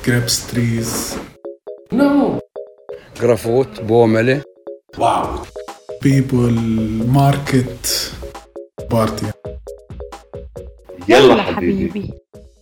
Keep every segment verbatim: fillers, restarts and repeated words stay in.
grapes trees. No. Grafot, Bomele. Wow. People, market, party. يلا حبيبي.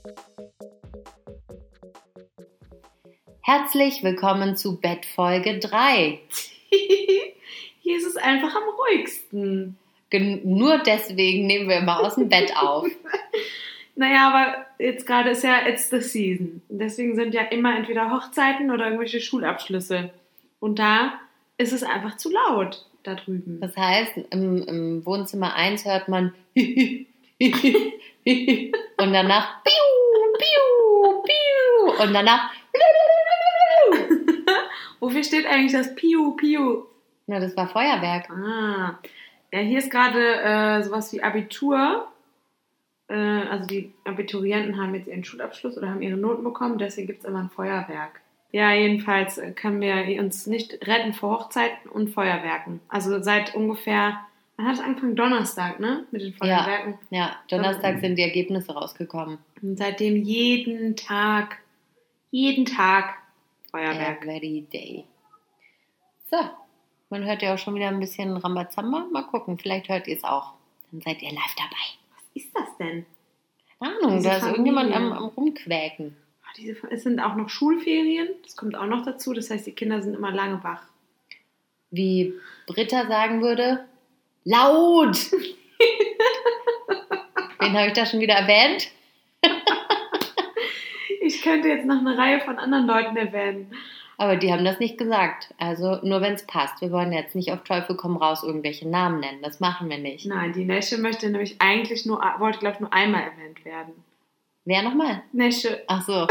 Herzlich willkommen zu Bettfolge drei. Hier ist es einfach am ruhigsten. Gen- nur deswegen nehmen wir immer aus dem Bett auf. Naja, aber jetzt gerade ist ja it's the season. Deswegen sind ja immer entweder Hochzeiten oder irgendwelche Schulabschlüsse. Und da ist es einfach zu laut da drüben. Das heißt, im, im Wohnzimmer eins hört man und danach piu, piu, piu und danach Wofür steht eigentlich das Piu, Piu? na, das war Feuerwerk. Ah, ja, hier ist gerade äh, sowas wie Abitur. Äh, also die Abiturienten haben jetzt ihren Schulabschluss oder haben ihre Noten bekommen, deswegen gibt es immer ein Feuerwerk. Ja, jedenfalls können wir uns nicht retten vor Hochzeiten und Feuerwerken. Also seit ungefähr, wann hat es angefangen? Donnerstag, ne? Mit den Feuerwerken. Ja, ja, Donnerstag sind die Ergebnisse rausgekommen. Und seitdem jeden Tag, jeden Tag Feuerwerk. Every day. So, man hört ja auch schon wieder ein bisschen Rambazamba. Mal gucken, vielleicht hört ihr es auch. Dann seid ihr live dabei. Was ist das denn? Keine Ahnung, Diese da ist irgendjemand am, Familie. am Rumquäken. Ach, diese, es sind auch noch Schulferien, das kommt auch noch dazu. Das heißt, die Kinder sind immer lange wach. Wie Britta sagen würde, laut! Wen habe ich da schon wieder erwähnt? Ich könnte jetzt noch eine Reihe von anderen Leuten erwähnen. Aber die haben das nicht gesagt. Also nur wenn es passt. Wir wollen jetzt nicht auf Teufel komm raus irgendwelche Namen nennen. Das machen wir nicht. Nein, die Nesche möchte nämlich eigentlich nur, wollte glaube ich nur einmal erwähnt werden. Wer nochmal? Nesche. Ach so.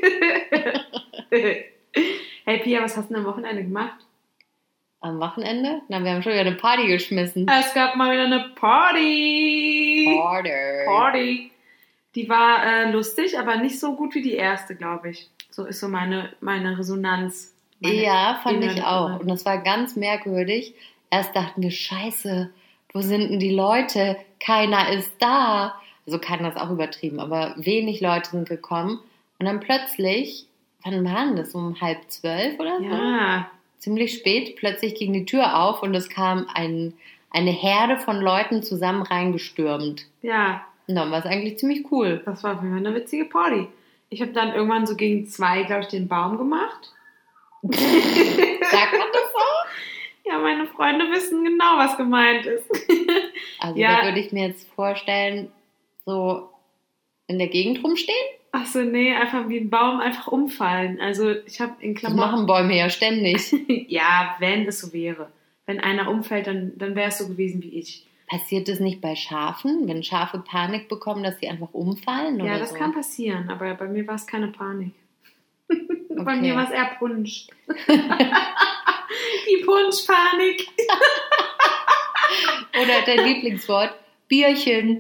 Hey Pia, was hast du denn am Wochenende gemacht? Am Wochenende? Na, wir haben schon wieder eine Party geschmissen. Es gab mal wieder eine Party. Order. Party. Die war äh, lustig, aber nicht so gut wie die erste, glaube ich. So ist so meine, meine Resonanz. Meine Ja, fand ich innere- auch. Und das war ganz merkwürdig. Erst dachten wir, scheiße, wo sind denn die Leute? Keiner ist da. Also keiner ist auch übertrieben, aber wenig Leute sind gekommen. Und dann plötzlich, wann waren das? Um halb zwölf oder so? Ja, Ziemlich spät, plötzlich ging die Tür auf und es kam ein, eine Herde von Leuten zusammen reingestürmt. ja. Und dann war es eigentlich ziemlich cool. Das war auf jeden Fall eine witzige Party. Ich habe dann irgendwann so gegen zwei, glaube ich, den Baum gemacht. Sagt man das so? Ja, meine Freunde wissen genau, was gemeint ist. Also Ja. da würde ich mir jetzt vorstellen, so in der Gegend rumstehen. Ach so, nee, einfach wie ein Baum einfach umfallen. Also ich habe in Das Klamotten... machen Bäume ja ständig. Ja, wenn es so wäre. Wenn einer umfällt, dann, dann wäre es so gewesen wie ich. Passiert das nicht bei Schafen, wenn Schafe Panik bekommen, dass sie einfach umfallen? Ja, oder das so? kann passieren, aber bei mir war es keine Panik. Bei Okay. mir war es eher Punsch. Die Punschpanik. Oder dein Lieblingswort? Bierchen.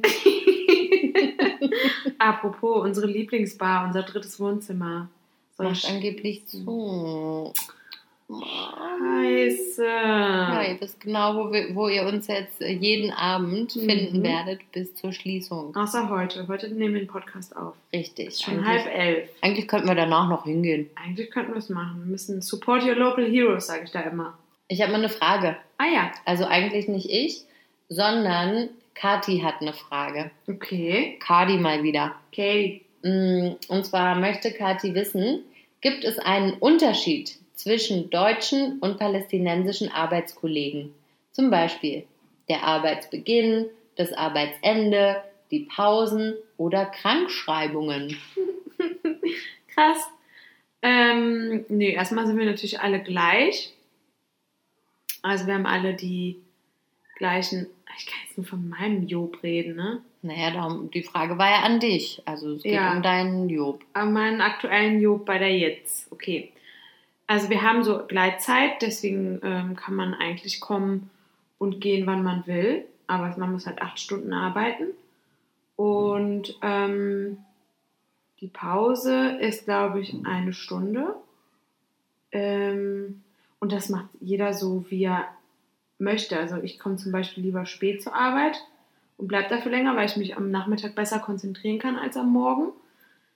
Apropos, unsere Lieblingsbar, unser drittes Wohnzimmer. Soll Macht ich... angeblich zu. Scheiße. Ja, ihr wisst genau, wo, wir, wo ihr uns jetzt äh, jeden Abend finden Mhm. werdet bis zur Schließung. Außer heute. Heute nehmen wir den Podcast auf. Richtig. Ist schon eigentlich, halb elf. eigentlich könnten wir danach noch hingehen. Eigentlich könnten wir es machen. Wir müssen support your local heroes, sage ich da immer. Ich habe mal eine Frage. Ah ja, Also eigentlich nicht ich, sondern Kathi hat eine Frage. okay. Kati mal wieder. Okay. Mm, Und zwar möchte Kathi wissen, gibt es einen Unterschied zwischen deutschen und palästinensischen Arbeitskollegen? Zum Beispiel der Arbeitsbeginn, das Arbeitsende, die Pausen oder Krankschreibungen. Krass. Ähm, nee, erstmal sind wir natürlich alle gleich. Also wir haben alle die gleichen, ich kann jetzt nur von meinem Job reden, ne? Naja, darum, die Frage war ja an dich. Also es geht Ja. um deinen Job. Aber meinen aktuellen Job bei der Jetzt. Okay. Also wir haben so Gleitzeit, deswegen ähm, kann man eigentlich kommen und gehen, wann man will. Aber man muss halt acht Stunden arbeiten. Und ähm, die Pause ist, glaube ich, eine Stunde. Ähm, und das macht jeder so, wie er möchte. Also ich komme zum Beispiel lieber spät zur Arbeit und bleibe dafür länger, weil ich mich am Nachmittag besser konzentrieren kann als am Morgen. Äh,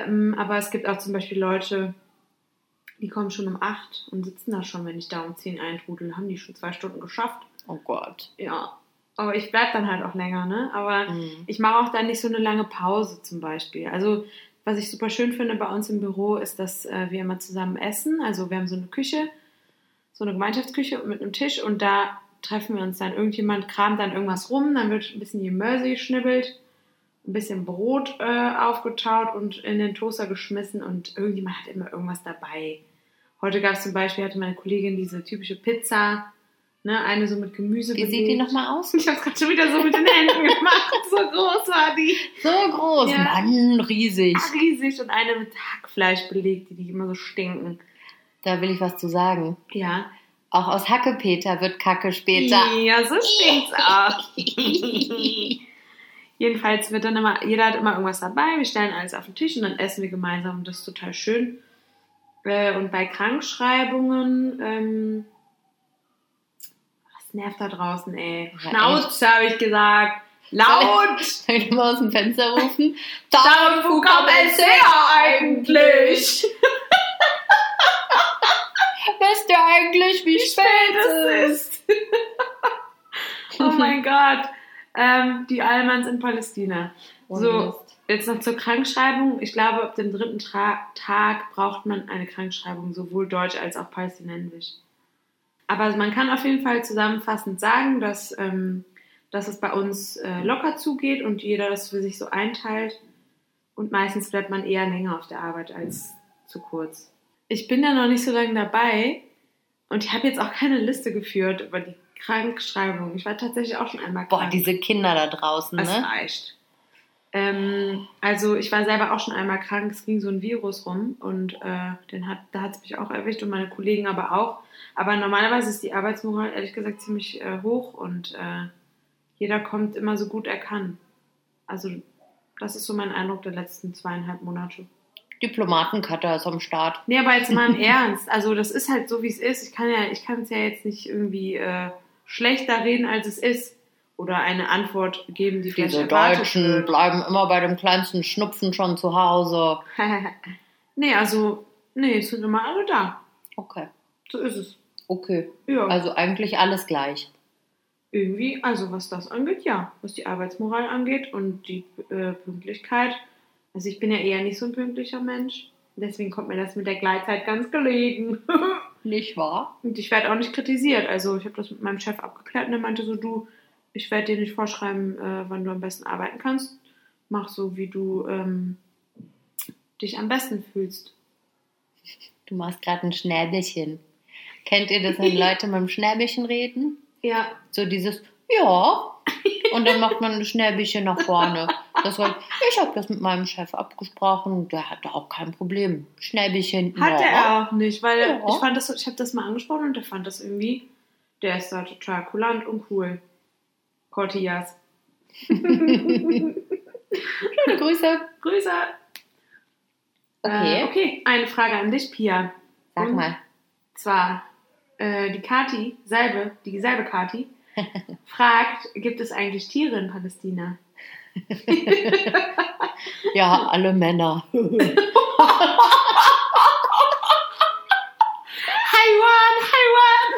Ähm, aber es gibt auch zum Beispiel Leute, die kommen schon um acht und sitzen da schon, wenn ich da um zehn eintrudel, haben die schon zwei Stunden geschafft. Oh Gott. Ja, aber ich bleib dann halt auch länger, ne? Aber Mhm. ich mache auch dann nicht so eine lange Pause zum Beispiel. Also was ich super schön finde bei uns im Büro ist, dass äh, wir immer zusammen essen. Also wir haben so eine Küche, so eine Gemeinschaftsküche mit einem Tisch und da treffen wir uns dann. Irgendjemand kramt dann irgendwas rum, dann wird ein bisschen Gemüse geschnibbelt, ein bisschen Brot äh, aufgetaut und in den Toaster geschmissen und irgendjemand hat immer irgendwas dabei. Heute gab es zum Beispiel, hatte meine Kollegin diese typische Pizza, ne, eine so mit Gemüse Wie belegt. sieht die nochmal aus? Ich habe es gerade schon wieder so mit den Händen gemacht. So groß war die. So groß. Ja. Mann, riesig. Ah, riesig und eine mit Hackfleisch belegt, die, die immer so stinken. Da will ich was zu sagen. Ja. Auch aus Hackepeter wird Kacke später. Ja, so stinkt's auch. Jedenfalls wird dann immer, jeder hat immer irgendwas dabei, wir stellen alles auf den Tisch und dann essen wir gemeinsam und das ist total schön. Äh, und bei Krankschreibungen, ähm, was nervt da draußen, ey? Ja, Schnauze, habe ich gesagt. Laut! Soll ich mal aus dem Fenster rufen? Darum, wo kam es her eigentlich? Wisst ihr eigentlich, wie spät es ist? Oh mein Gott. Ähm, die Almans in Palästina. Oh So, Mist. jetzt noch zur Krankschreibung. Ich glaube, ab dem dritten Tra- Tag braucht man eine Krankschreibung, sowohl deutsch als auch palästinensisch. Aber man kann auf jeden Fall zusammenfassend sagen, dass, ähm, dass es bei uns äh, locker zugeht und jeder das für sich so einteilt. Und meistens bleibt man eher länger auf der Arbeit als zu kurz. Ich bin da noch nicht so lange dabei und ich habe jetzt auch keine Liste geführt über die Krankschreibung. Ich war tatsächlich auch schon einmal krank. Boah, diese Kinder da draußen, Es ne? reicht. Ähm, also ich war selber auch schon einmal krank. Es ging so ein Virus rum und äh, den hat, da hat es mich auch erwischt und meine Kollegen aber auch. Aber normalerweise ist die Arbeitsmoral ehrlich gesagt ziemlich äh, hoch und äh, jeder kommt immer so gut er kann. Also das ist so mein Eindruck der letzten zweieinhalb Monate. Diplomatencutter ist am Start. Nee, aber jetzt mal im Ernst. Also das ist halt so, wie es ist. Ich kann ja, ich kann es ja jetzt nicht irgendwie äh, schlechter reden, als es ist. Oder eine Antwort geben, die vielleicht Diese erwartet Deutschen wird. bleiben immer bei dem kleinsten Schnupfen schon zu Hause. Nee, also, nee, es sind immer alle da. Okay, So ist es. okay. Ja, Also eigentlich alles gleich. irgendwie, also was das angeht, ja. Was die Arbeitsmoral angeht und die äh, Pünktlichkeit. Also ich bin ja eher nicht so ein pünktlicher Mensch. Deswegen kommt mir das mit der Gleitzeit ganz gelegen. Nicht wahr? Und ich werde auch nicht kritisiert. Also ich habe das mit meinem Chef abgeklärt und er meinte so, du, ich werde dir nicht vorschreiben, äh, wann du am besten arbeiten kannst. Mach so, wie du ähm, dich am besten fühlst. Du machst gerade ein Schnäbelchen. Kennt ihr das, wenn Leute mit dem Schnäbelchen reden? Ja, So dieses, ja. Und dann macht man ein Schnäbelchen nach vorne. Das heißt, ich habe das mit meinem Chef abgesprochen. Der hatte auch kein Problem. Schnäbelchen, hatte ja. er auch nicht, weil Ja. ich fand das, ich habe das mal angesprochen und der fand das irgendwie, der ist da total kulant und cool. Cortillas. Schöne Grüße. Grüße. Okay. Äh, okay, eine Frage an dich, Pia. Sag Und mal. zwar, äh, die Kati, selbe, die selbe Kati, fragt, gibt es eigentlich Tiere in Palästina? Ja, alle Männer. Haiwan, Haiwan!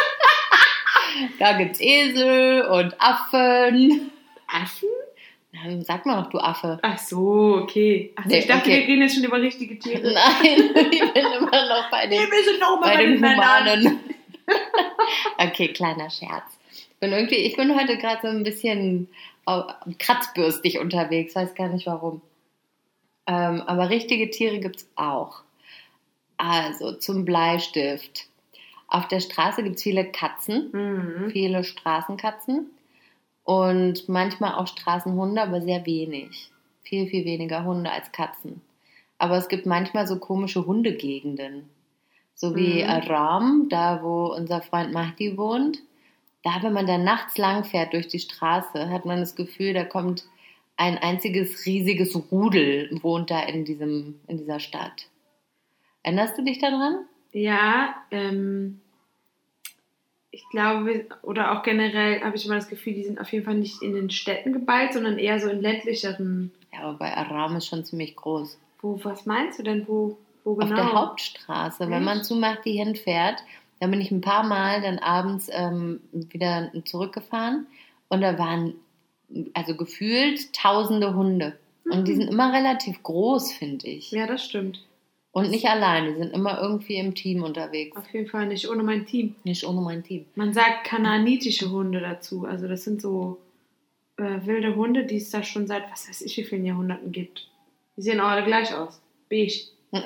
Da gibt's Esel und Affen. Affen? Na, sag mal noch, du Affe. Ach so, okay. Ach so, Nee, ich dachte, okay. wir reden jetzt schon über richtige Tiere. Nein, ich bin immer noch bei den, wir sind noch bei den Männern. Humanen. Okay, kleiner Scherz. Ich bin irgendwie, ich bin heute gerade so ein bisschen au- kratzbürstig unterwegs, weiß gar nicht warum. Ähm, aber richtige Tiere gibt's auch. Also zum Bleistift. Auf der Straße gibt's viele Katzen, Mhm. viele Straßenkatzen und manchmal auch Straßenhunde, aber sehr wenig. Viel, viel weniger Hunde als Katzen. Aber es gibt manchmal so komische Hundegegenden. So wie Mhm. Aram, da wo unser Freund Mahdi wohnt. Da, wenn man dann nachts lang fährt durch die Straße, hat man das Gefühl, da kommt ein einziges riesiges Rudel, wohnt da in, diesem, in dieser Stadt. Erinnerst du dich daran? Ja, ähm, ich glaube, oder auch generell habe ich immer das Gefühl, die sind auf jeden Fall nicht in den Städten geballt, sondern eher so in ländlicheren. Ja, aber bei Aram ist schon ziemlich groß. Wo, was meinst du denn? Wo, wo genau? Auf der Hauptstraße. Wenn man zu Mahdi hinfährt, da bin ich ein paar Mal dann abends ähm, wieder zurückgefahren und da waren also gefühlt tausende Hunde. Mhm. Und die sind immer relativ groß, finde ich. Ja, das stimmt. Und nicht allein, die sind immer irgendwie im Team unterwegs. Auf jeden Fall nicht ohne mein Team. Nicht ohne mein Team. Man sagt kananitische Hunde dazu. Also das sind so äh, wilde Hunde, die es da schon seit, was weiß ich, wie vielen Jahrhunderten gibt. Die sehen auch alle gleich aus. Beige.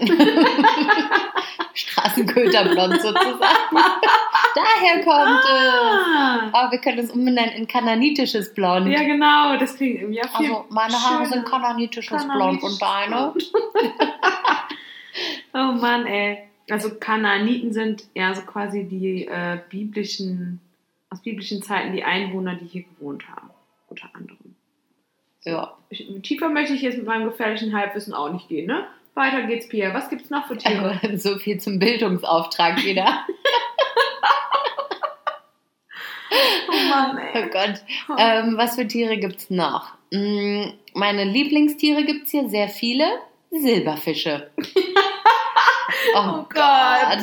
Straßenköterblond sozusagen. Daher kommt es. Oh, wir können es umbenennen in kananitisches Blond. Ja, genau. Das klingt irgendwie auch viel Also meine Haare schöner. sind kananitisches Blond und deine? Oh Mann, ey. Also Kanaaniten sind ja so quasi die äh, biblischen, aus biblischen Zeiten die Einwohner, die hier gewohnt haben. Unter anderem. Ja. Ich, tiefer möchte ich jetzt mit meinem gefährlichen Halbwissen auch nicht gehen, ne? Weiter geht's, Pia. Was gibt's noch für Tiere? Also, so viel zum Bildungsauftrag wieder. Oh Mann, ey. Oh Gott. Ähm, was für Tiere gibt's noch? Hm, meine Lieblingstiere gibt's hier sehr viele. Silberfische. Oh, Oh Gott. Gott.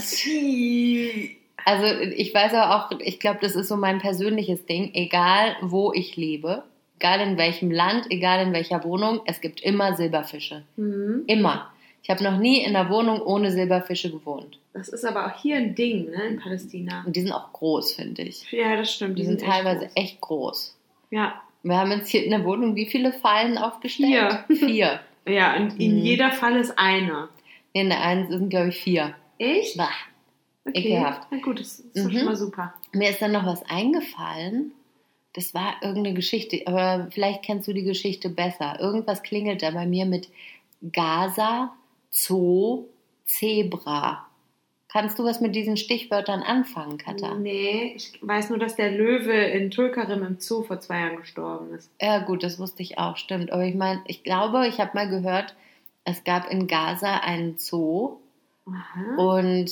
Also ich weiß aber auch, ich glaube, das ist so mein persönliches Ding. Egal, wo ich lebe, egal in welchem Land, egal in welcher Wohnung, es gibt immer Silberfische. Mhm. Immer. Ich habe noch nie in einer Wohnung ohne Silberfische gewohnt. Das ist aber auch hier ein Ding, ne, in Palästina. Und die sind auch groß, finde ich. Ja, das stimmt. Die, Die sind, sind teilweise echt groß. echt groß. Ja. Wir haben jetzt hier in der Wohnung wie viele Fallen aufgestellt? Vier. Vier. Ja, und in Mhm. jeder Fall ist einer. In der einen sind, glaube ich, vier. Echt? Bah. Okay. Ekelhaft. Na gut, das ist doch Mhm. schon mal super. Mir ist dann noch was eingefallen. Das war irgendeine Geschichte, aber vielleicht kennst du die Geschichte besser. Irgendwas klingelt da bei mir mit Gaza, Zoo, Zebra. Kannst du was mit diesen Stichwörtern anfangen, Katha? Nee, ich weiß nur, dass der Löwe in Tulkarem im Zoo vor zwei Jahren gestorben ist. Ja gut, das wusste ich auch, stimmt. Aber ich meine, ich glaube, ich habe mal gehört, es gab in Gaza einen Zoo Aha. und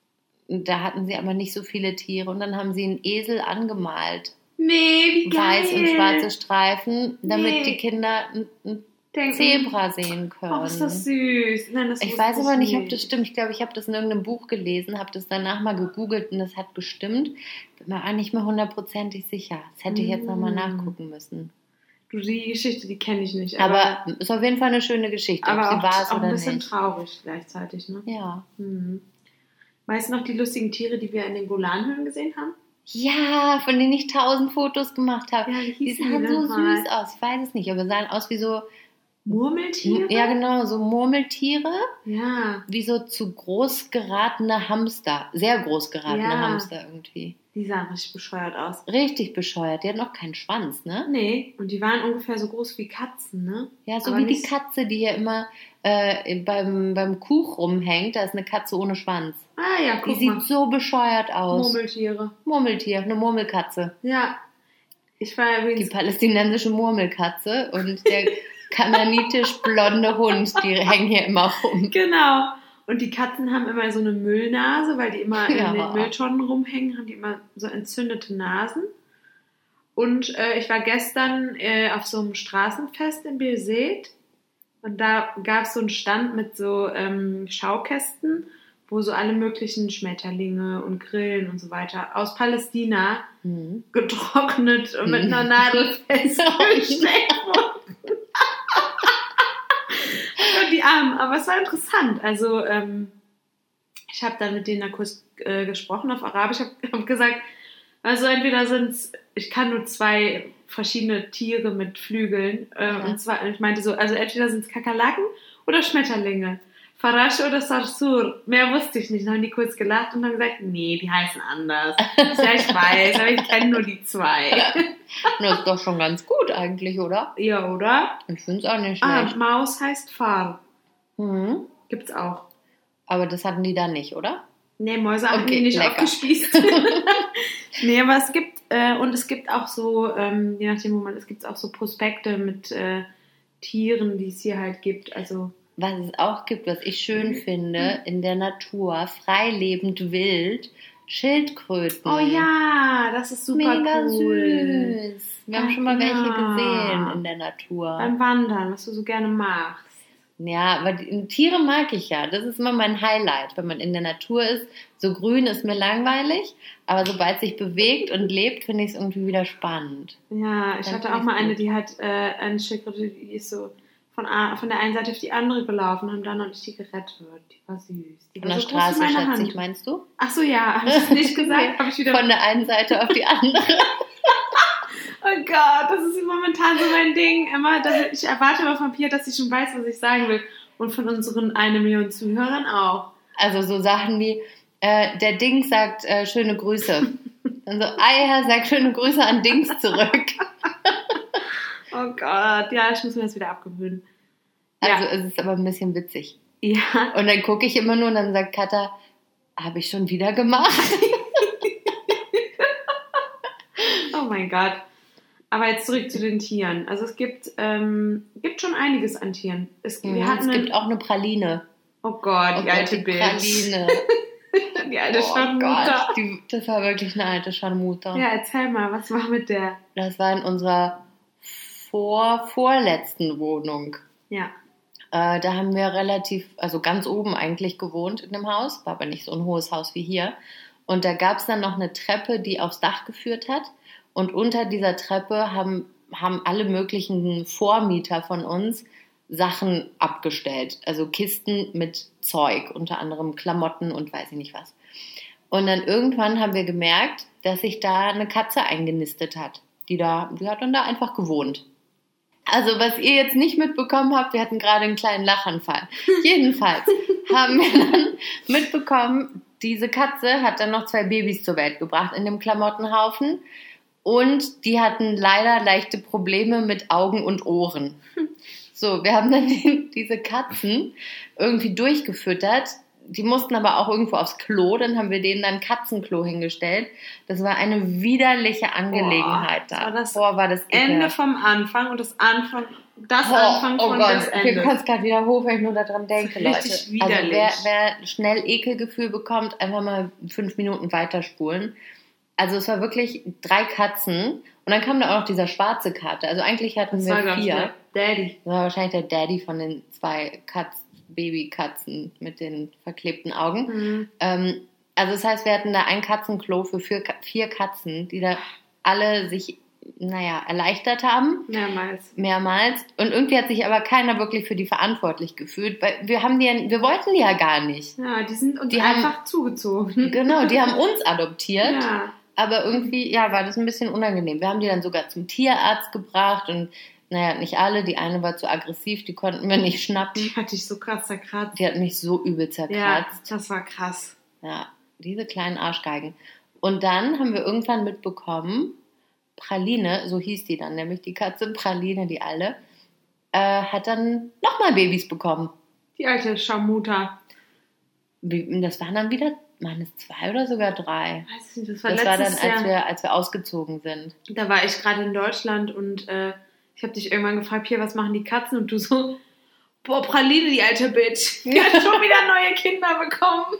da hatten sie aber nicht so viele Tiere und dann haben sie einen Esel angemalt. Nee, wie geil. Weiß und schwarze Streifen, damit Nee. die Kinder ein, ein Denken, Zebra sehen können. Oh, ist das süß. Nein, das Ich wusste weiß aber nicht, ob nicht. das stimmt. Ich glaube, ich habe das in irgendeinem Buch gelesen, habe das danach mal gegoogelt und das hat gestimmt. Bin mir auch nicht mehr hundertprozentig sicher. Das hätte ich jetzt nochmal Mm. nachgucken müssen. Du, die Geschichte, die kenne ich nicht. Aber, Aber ist auf jeden Fall eine schöne Geschichte, ob aber sie auch, war es auch ein oder bisschen nicht. traurig gleichzeitig, ne? Ja. Mhm. Weißt du noch die lustigen Tiere, die wir in den Golanhöhen gesehen haben? Ja, von denen ich tausend Fotos gemacht habe. Ja, wie Die hießen sahen die so nochmal? süß aus. Ich weiß es nicht, aber sahen aus wie so, Murmeltiere? ja genau, so Murmeltiere. Ja, Wie so zu groß geratene Hamster. Sehr groß geratene Ja. Hamster irgendwie. die sahen richtig bescheuert aus. Richtig bescheuert. Die hatten noch keinen Schwanz, ne? Nee, und die waren ungefähr so groß wie Katzen, ne? Ja, so Aber wie die nicht- Katze, die hier immer äh, beim, beim Kuch rumhängt. Da ist eine Katze ohne Schwanz. Ah ja, Die guck sieht mal. so bescheuert aus. Murmeltiere. Murmeltier, eine Murmelkatze. Ja. Ich war Die übrigens... palästinensische Murmelkatze und der kananitisch blonde Hund, die hängen hier immer rum. Genau. Und die Katzen haben immer so eine Müllnase, weil die immer Ja. in den Mülltonnen rumhängen, haben die immer so entzündete Nasen. Und äh, ich war gestern äh, auf so einem Straßenfest in Bilseth und da gab es so einen Stand mit so ähm, Schaukästen, wo so alle möglichen Schmetterlinge und Grillen und so weiter aus Palästina Mhm. getrocknet und mit einer Nadel festgesteckt wurden. Und die Armen, aber es war interessant. Also ähm, ich habe dann mit denen da kurz äh, gesprochen auf Arabisch, habe hab gesagt, also entweder sind es, ich kann nur zwei verschiedene Tiere mit Flügeln äh, Ja. und zwar, ich meinte so, also entweder sind es Kakerlaken oder Schmetterlinge. Farash oder Sarsur. Mehr wusste ich nicht. Dann haben die kurz gelacht und haben gesagt, nee, die heißen anders. Ich sag, ich weiß, aber ich kenne nur die zwei. Das ist doch schon ganz gut eigentlich, oder? Ja, oder? Ich finde es auch nicht Ah, schlecht. Maus heißt Far. Mhm. Gibt's auch. Aber das hatten die da nicht, oder? Nee, Mäuse haben Okay, die nicht lecker. aufgespießt. Nee, aber es gibt, äh, und es gibt auch so, ähm, je nachdem, wo man ist, gibt es auch so Prospekte mit äh, Tieren, die es hier halt gibt. Also, Was es auch gibt, was ich schön Mhm. finde, in der Natur, freilebend wild, Schildkröten. oh ja, das ist super Mega cool. süß. Wir haben schon mal welche Ja. gesehen in der Natur. Beim Wandern, was du so gerne magst. Ja, aber die Tiere mag ich ja. Das ist immer mein Highlight, wenn man in der Natur ist. So grün ist mir langweilig, aber sobald es sich bewegt und lebt, finde ich es irgendwie wieder spannend. Ja, ich Dann hatte find auch mal ich's eine, gut. die hat äh, eine Schildkröte, die ist so von, a- von der einen Seite auf die andere gelaufen und dann habe ich die gerettet. Die war süß. Die Von war der so groß wie Straße, meine schätze ich, Hand. meinst du? Ach so, ja, habe ich es nicht gesagt? Nee, Habe ich wieder... Von der einen Seite auf die andere. Oh Gott, das ist momentan so mein Ding. Immer, dass ich erwarte immer von Pia, dass sie schon weiß, was ich sagen will. Und von unseren eine Million Zuhörern auch. Also so Sachen wie, äh, der Dings sagt äh, schöne Grüße. Dann so, Eier sagt schöne Grüße an Dings zurück. Oh Gott, ja, ich muss mir das wieder abgewöhnen. Also Ja. es ist aber ein bisschen witzig. Ja, Und dann gucke ich immer nur und dann sagt Katha, habe ich schon wieder gemacht? oh mein Gott. Aber jetzt zurück zu den Tieren. Also es gibt, ähm, gibt schon einiges an Tieren. Es, wir Mhm, hatten es gibt einen, auch eine Praline. oh Gott, Oh die Gott, alte die Bitch. Praline. Die alte Oh Scharmutter. Gott, die, das war wirklich eine alte Scharmutter. Ja, erzähl mal, was war mit der? Das war in unserer vor, vorletzten Wohnung. Ja. Äh, da haben wir relativ, also ganz oben eigentlich gewohnt in dem Haus, war aber nicht so ein hohes Haus wie hier. Und da gab es dann noch eine Treppe, die aufs Dach geführt hat. Und unter dieser Treppe haben, haben alle möglichen Vormieter von uns Sachen abgestellt. Also Kisten mit Zeug, unter anderem Klamotten und weiß ich nicht was. Und dann irgendwann haben wir gemerkt, dass sich da eine Katze eingenistet hat. Die, da, die hat dann da einfach gewohnt. Also was ihr jetzt nicht mitbekommen habt, wir hatten gerade einen kleinen Lachanfall. Jedenfalls haben wir dann mitbekommen, diese Katze hat dann noch zwei Babys zur Welt gebracht in dem Klamottenhaufen. Und die hatten leider leichte Probleme mit Augen und Ohren. So, wir haben dann die, diese Katzen irgendwie durchgefüttert. Die mussten aber auch irgendwo aufs Klo. Dann haben wir denen dann Katzenklo hingestellt. Das war eine widerliche Angelegenheit Boah, da. war das Boah, war das Ende ekelhaft. vom Anfang und das Anfang, das Oh, Anfang oh von Gott, das wir Ende. können es gerade wieder hoch, wenn ich nur daran denke, Das ist richtig Leute. Also widerlich. wer, wer schnell Ekelgefühl bekommt, einfach mal fünf Minuten weiterspulen. Also es war wirklich drei Katzen und dann kam da auch noch dieser schwarze Kater. Also eigentlich hatten Das wir war, glaub ich, vier. der Daddy. Das war wahrscheinlich der Daddy von den zwei Katz, Babykatzen mit den verklebten Augen. Mhm. Ähm, also das heißt, wir hatten da ein Katzenklo für vier, vier Katzen, die da alle sich, naja, erleichtert haben. Mehrmals. Mehrmals. Und irgendwie hat sich aber keiner wirklich für die verantwortlich gefühlt, weil wir haben die ja, wir wollten die ja gar nicht. Ja, die sind uns Die haben- einfach zugezogen. Genau, die haben uns adoptiert. Ja. Aber irgendwie, ja, war das ein bisschen unangenehm. Wir haben die dann sogar zum Tierarzt gebracht und, naja, nicht alle. Die eine war zu aggressiv, die konnten wir nicht schnappen. Die hatte ich so krass zerkratzt. Die hat mich so übel Ja, zerkratzt. das war krass. Ja, diese kleinen Arschgeigen. Und dann haben wir irgendwann mitbekommen, Praline, so hieß die dann, nämlich die Katze Praline, die alle, äh, hat dann nochmal Babys bekommen. Die alte Scharmutter. Wie- Das waren dann wieder, waren es zwei oder sogar drei? Weiß ich nicht, das war Das war dann, letztes als Jahr. wir, als wir ausgezogen sind. Da war ich gerade in Deutschland und äh, ich habe dich irgendwann gefragt, hier, was machen die Katzen? Und du so, boah, Praline, die alte Bitch. Die hat schon wieder neue Kinder bekommen.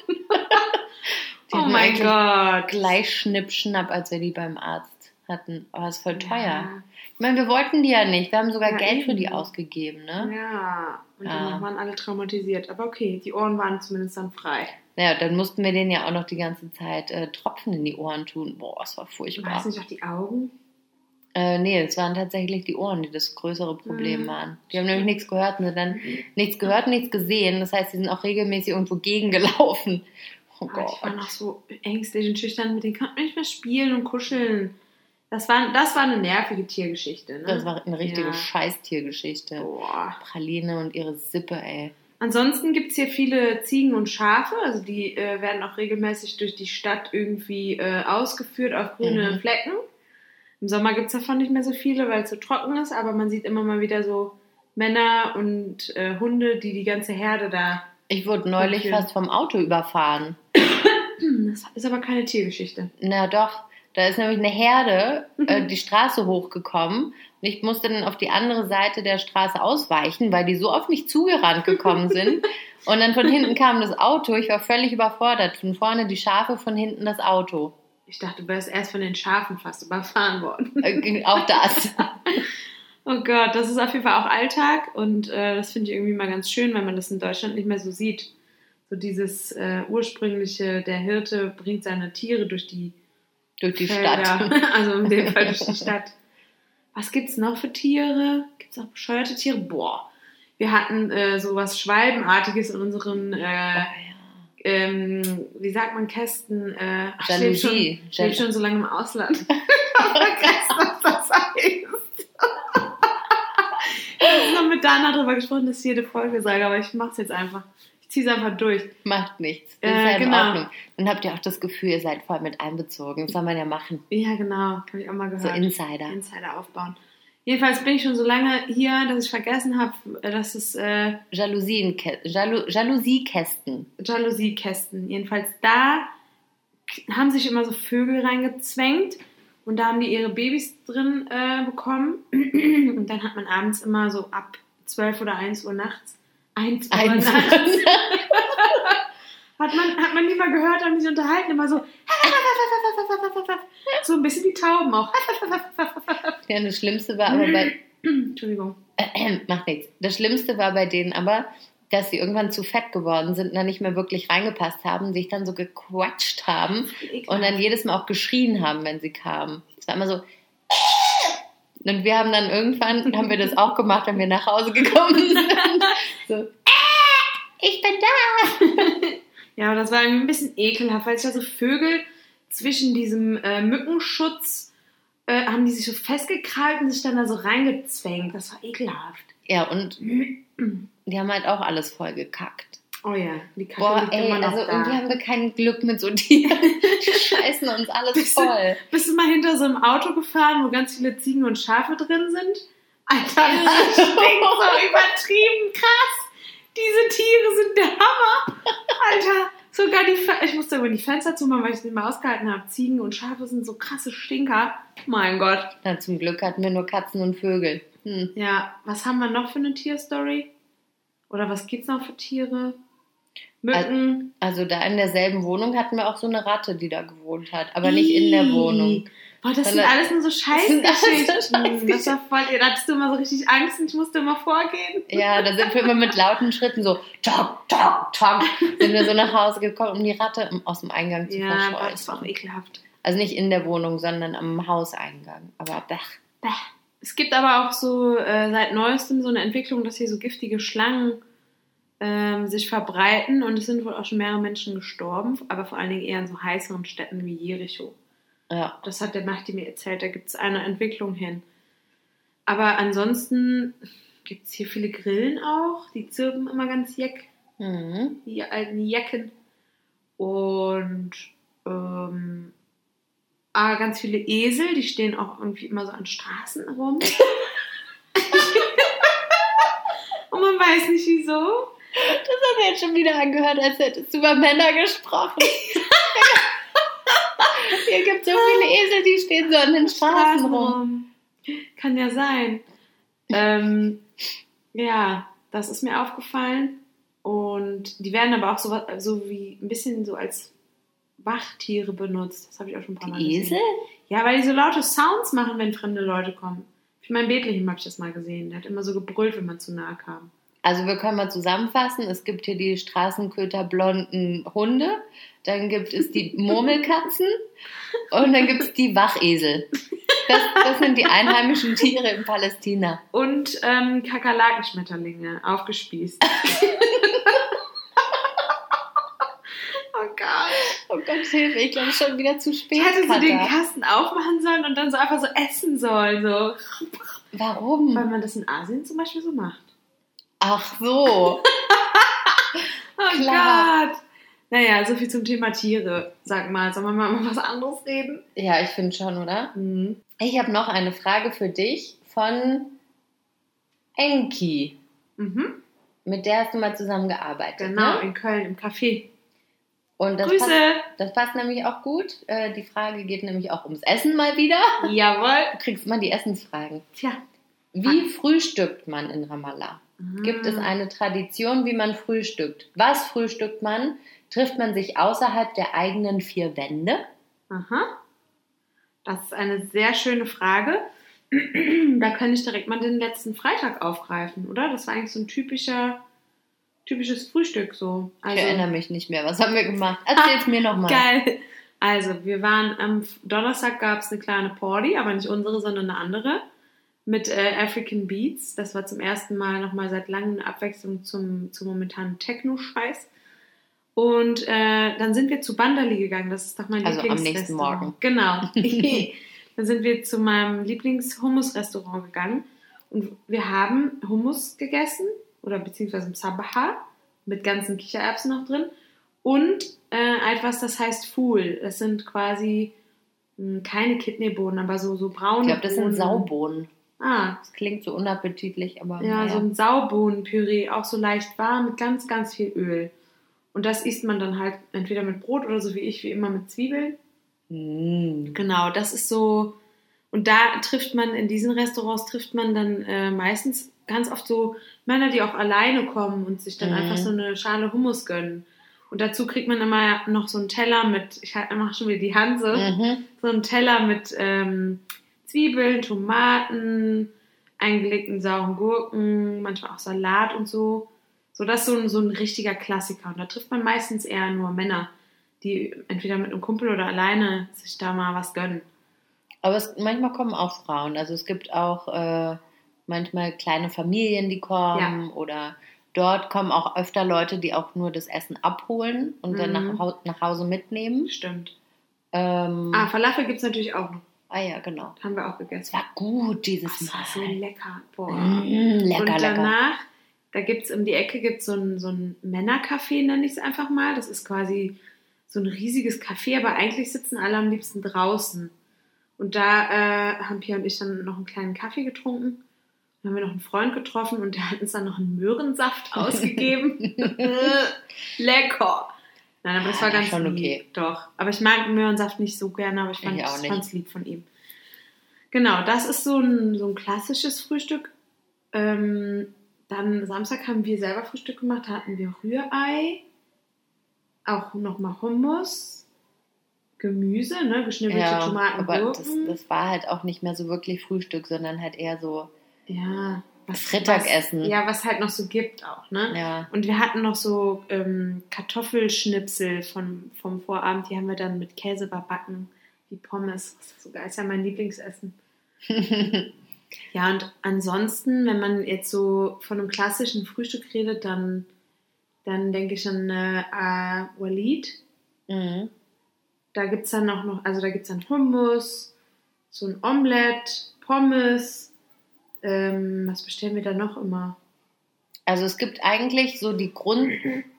Die oh hatten mein eigentlich Gott. Gleich Schnipp, Schnapp, als wir die beim Arzt hatten. Aber es ist voll teuer. Ja. Ich meine, wir wollten die ja nicht. Wir haben sogar Ja, Geld für die eben. ausgegeben, ne? Ja, und Ja. danach waren alle traumatisiert. Aber okay, die Ohren waren zumindest dann frei. Naja, dann mussten wir denen ja auch noch die ganze Zeit äh, Tropfen in die Ohren tun. Boah, das war Ich furchtbar. weiß nicht, auch die Augen? Äh, nee, es waren tatsächlich die Ohren, die das größere Problem Mhm. waren. Die haben nämlich nichts gehört und sind dann nichts gehört, nichts gesehen. Das heißt, die sind auch regelmäßig irgendwo gegengelaufen. Oh Aber ich war Gott. noch so ängstlich und schüchtern, mit denen konnte man nicht mehr spielen und kuscheln. Das war, das war eine nervige Tiergeschichte, ne? Das war eine richtige Ja. Scheißtiergeschichte. Boah. Praline und ihre Sippe, ey. Ansonsten gibt es hier viele Ziegen und Schafe, also die äh, werden auch regelmäßig durch die Stadt irgendwie äh, ausgeführt auf grüne Mhm. Flecken. Im Sommer gibt es davon nicht mehr so viele, weil es so trocken ist, aber man sieht immer mal wieder so Männer und äh, Hunde, die die ganze Herde da... Ich wurde neulich Okay. fast vom Auto überfahren. Das ist aber keine Tiergeschichte. Na doch, da ist nämlich eine Herde äh, die Straße hochgekommen und ich musste dann auf die andere Seite der Straße ausweichen, weil die so auf mich zugerannt gekommen sind. Und dann von hinten kam das Auto, ich war völlig überfordert. Von vorne die Schafe, von hinten das Auto. Ich dachte, du wärst erst von den Schafen fast überfahren worden. Äh, auch das. Oh Gott, das ist auf jeden Fall auch Alltag und äh, das finde ich irgendwie mal ganz schön, wenn man das in Deutschland nicht mehr so sieht. So dieses äh, ursprüngliche, der Hirte bringt seine Tiere durch die, Durch die Felder. Stadt. Also in dem Fall durch die Stadt. Was gibt's noch für Tiere? Gibt's auch bescheuerte Tiere? Boah, wir hatten äh, sowas Schwalbenartiges in unseren, äh, ähm, wie sagt man, Kästen. Äh, ach, ich lebe schon, Jalousie. ich lebe schon so lange im Ausland. Ich hab vergessen, was das heißt. Ich habe noch mit Dana darüber gesprochen, dass ich jede Folge sage, aber ich mache es jetzt einfach. Ich ziehe es einfach durch. Macht nichts. Das Äh, ist ja in genau. Ordnung. Dann habt ihr auch das Gefühl, ihr seid voll mit einbezogen. Das soll man ja machen. Ja, genau. Habe ich auch mal So gehört. Insider. Insider aufbauen. Jedenfalls bin ich schon so lange hier, dass ich vergessen habe, dass es äh, Jalousien, Jalou, Jalousie-Kästen. Jalousie-Kästen. Jedenfalls da haben sich immer so Vögel reingezwängt und da haben die ihre Babys drin äh, bekommen. Und dann hat man abends immer so ab zwölf oder eins Uhr nachts, eins Uhr Eins. nachts, hat man, hat man die mal gehört, haben die sich unterhalten, immer so so ein bisschen wie Tauben auch. Ja, das Schlimmste war aber bei... Entschuldigung. Äh, macht nichts. Das Schlimmste war bei denen aber, dass sie irgendwann zu fett geworden sind und dann nicht mehr wirklich reingepasst haben, sich dann so gequatscht haben und dann jedes Mal auch geschrien haben, wenn sie kamen. Es war immer so... Und wir haben dann irgendwann, haben wir das auch gemacht, wenn wir nach Hause gekommen sind. So, ich bin da! Ja, aber das war irgendwie ein bisschen ekelhaft, weil es ja so Vögel zwischen diesem äh, Mückenschutz äh, haben die sich so festgekrallt und sich dann da so reingezwängt. Das war ekelhaft. Ja, und die haben halt auch alles voll gekackt. Oh ja, die Kacke Boah, liegt ey, immer noch also da. irgendwie haben wir kein Glück mit so Tieren. Die scheißen uns alles Bist du- voll. Bist du mal hinter so einem Auto gefahren, wo ganz viele Ziegen und Schafe drin sind? Alter, das stinkt so übertrieben krass. Diese Tiere sind der Hammer. Alter, sogar die... Fe- Ich musste über die Fenster zumachen, weil ich es nicht mehr ausgehalten habe. Ziegen und Schafe sind so krasse Stinker. Mein Gott. Na, zum Glück hatten wir nur Katzen und Vögel. Hm. Ja, was haben wir noch für eine Tierstory? Oder was gibt's noch für Tiere? Mücken. Also da in derselben Wohnung hatten wir auch so eine Ratte, die da gewohnt hat. Aber nicht in der Wohnung. Boah, das sind Sondern- alles nur so sind alles so Scheißgeschichten. Das war voll, da hattest du immer so richtig Angst und ich musste immer vorgehen. Ja, da sind wir immer mit lauten Schritten so tok, tok, tok, sind wir so nach Hause gekommen, um die Ratte im- aus dem Eingang zu Ja, boah, das war auch verscheuchen. ekelhaft. Also nicht in der Wohnung, sondern am Hauseingang. Aber bäh. Bäh. Es gibt aber auch so äh, seit neuestem so eine Entwicklung, dass hier so giftige Schlangen ähm, sich verbreiten und es sind wohl auch schon mehrere Menschen gestorben, aber vor allen Dingen eher in so heißeren Städten wie Jericho. Ja. Das hat der Nachti mir erzählt, da gibt es eine Entwicklung hin. Aber ansonsten gibt es hier viele Grillen auch, die zirpen immer ganz jeck, Mhm. die alten Jecken. Und ähm, ah, ganz viele Esel, die stehen auch irgendwie immer so an Straßen rum. Und man weiß nicht wieso. Das hat mir jetzt schon wieder angehört, als hättest du über Männer gesprochen. Hier gibt es so viele Esel, die stehen so an den Straßen rum. Kann ja sein. Ähm, ja, das ist mir aufgefallen. Und die werden aber auch so, so wie ein bisschen so als Wachtiere benutzt. Das habe ich auch schon ein paar Mal Die gesehen. Esel? Ja, weil die so laute Sounds machen, wenn fremde Leute kommen. Für mein Bethlehem habe ich das mal gesehen. Der hat immer so gebrüllt, wenn man zu nahe kam. Also wir können mal zusammenfassen, es gibt hier die straßenköterblonden Hunde, dann gibt es die Murmelkatzen und dann gibt es die Wachesel. Das, das sind die einheimischen Tiere in Palästina. Und ähm, Kakerlakenschmetterlinge, aufgespießt. Oh Gott. Oh Gott, Hilfe, ich glaube, es ist schon wieder zu spät. Ich hätte so Katha. den Kasten aufmachen sollen und dann so einfach so essen sollen. So. Warum? Weil man das in Asien zum Beispiel so macht. Ach so. Oh Klar. Gott. Naja, so viel zum Thema Tiere. Sag mal, sollen wir mal über was anderes reden? Ja, ich finde schon, oder? Mhm. Ich habe noch eine Frage für dich von Enki. Mhm. Mit der hast du mal zusammengearbeitet. Genau, Ne? in Köln im Café. Und das Grüße. Passt, das passt nämlich auch gut. Äh, die Frage geht nämlich auch ums Essen mal wieder. Jawohl. Du kriegst mal die Essensfragen. Tja. Wie frühstückt man in Ramallah? Gibt es eine Tradition, wie man frühstückt? Was frühstückt man? Trifft man sich außerhalb der eigenen vier Wände? Aha. Das ist eine sehr schöne Frage. da kann ich direkt mal den letzten Freitag aufgreifen, oder? Das war eigentlich so ein typischer, typisches Frühstück so. Also, ich erinnere mich nicht mehr. Was haben wir gemacht? Erzähl's mir nochmal. Geil. Also, wir waren am Donnerstag, gab es eine kleine Party, aber nicht unsere, sondern eine andere, mit äh, African Beats. Das war zum ersten Mal nochmal seit langem eine Abwechslung zum, zum momentanen Techno-Scheiß. Und äh, dann sind wir zu Bandali gegangen. Das ist doch mein Also am nächsten Lieblingsrestaurant. Morgen. Genau. Dann sind wir zu meinem Lieblings-Hummus-Restaurant gegangen. Und wir haben Hummus gegessen, oder beziehungsweise Msabaha, mit ganzen Kichererbsen noch drin. Und äh, etwas, das heißt Fool. Das sind quasi mh, keine Kidneybohnen, aber so, so braune Ich glaube, das Bohnen. sind Saubohnen. Ah, Das klingt so unappetitlich, aber ja, naja. so ein Saubohnenpüree, auch so leicht warm, mit ganz, ganz viel Öl. Und das isst man dann halt entweder mit Brot oder so wie ich, wie immer mit Zwiebeln. Mm. Genau, das ist so. Und da trifft man, in diesen Restaurants trifft man dann äh, meistens ganz oft so Männer, die auch alleine kommen und sich dann Mhm. einfach so eine Schale Hummus gönnen. Und dazu kriegt man immer noch so einen Teller mit, ich mache schon wieder die Hanse, Mhm. so einen Teller mit ähm, Zwiebeln, Tomaten, eingelegten sauren Gurken, manchmal auch Salat und so. So, das ist so ein, so ein richtiger Klassiker. Und da trifft man meistens eher nur Männer, die entweder mit einem Kumpel oder alleine sich da mal was gönnen. Aber es, manchmal kommen auch Frauen. Also es gibt auch äh, manchmal kleine Familien, die kommen. Ja. Oder dort kommen auch öfter Leute, die auch nur das Essen abholen und dann Mhm. nach, Hau- nach Hause mitnehmen. Stimmt. Ähm, Ah, Falafel gibt es natürlich auch noch. ah ja, genau. Haben wir auch Es gegessen. war gut dieses Das war so Mal. lecker. Boah. Mm, lecker, und lecker. danach, da gibt es um die Ecke gibt's so ein, so ein Männercafé, nenne ich es einfach mal. Das ist quasi so ein riesiges Café, aber eigentlich sitzen alle am liebsten draußen. Und da äh, haben Pia und ich dann noch einen kleinen Kaffee getrunken. Dann haben wir noch einen Freund getroffen und der hat uns dann noch einen Möhrensaft ausgegeben. Lecker! Nein, aber das war Ja, ganz schon lieb. okay. Doch. Aber ich mag Möhrensaft nicht so gerne, aber ich fand Ich auch nicht. es lieb von ihm. Genau, das ist so ein, so ein klassisches Frühstück. Ähm, dann Samstag haben wir selber Frühstück gemacht. Da hatten wir Rührei, auch nochmal Hummus, Gemüse, ne, geschnippelte Ja, Tomaten, aber Gurken. das, das war halt auch nicht mehr so wirklich Frühstück, sondern halt eher so, ja, was, Freitagessen. Was, ja, was halt noch so gibt auch, ne? ja. Und wir hatten noch so ähm, Kartoffelschnipsel von, vom Vorabend, die haben wir dann mit Käse überbacken, wie Pommes. Das ist so geil, ist ja mein Lieblingsessen. Ja, und ansonsten, wenn man jetzt so von einem klassischen Frühstück redet, dann, dann denke ich an äh, äh, Walid. Mhm. Da gibt es dann auch noch, also da gibt es dann Hummus, so ein Omelett, Pommes. Ähm, was bestellen wir da noch immer? Also es gibt eigentlich so die Grund,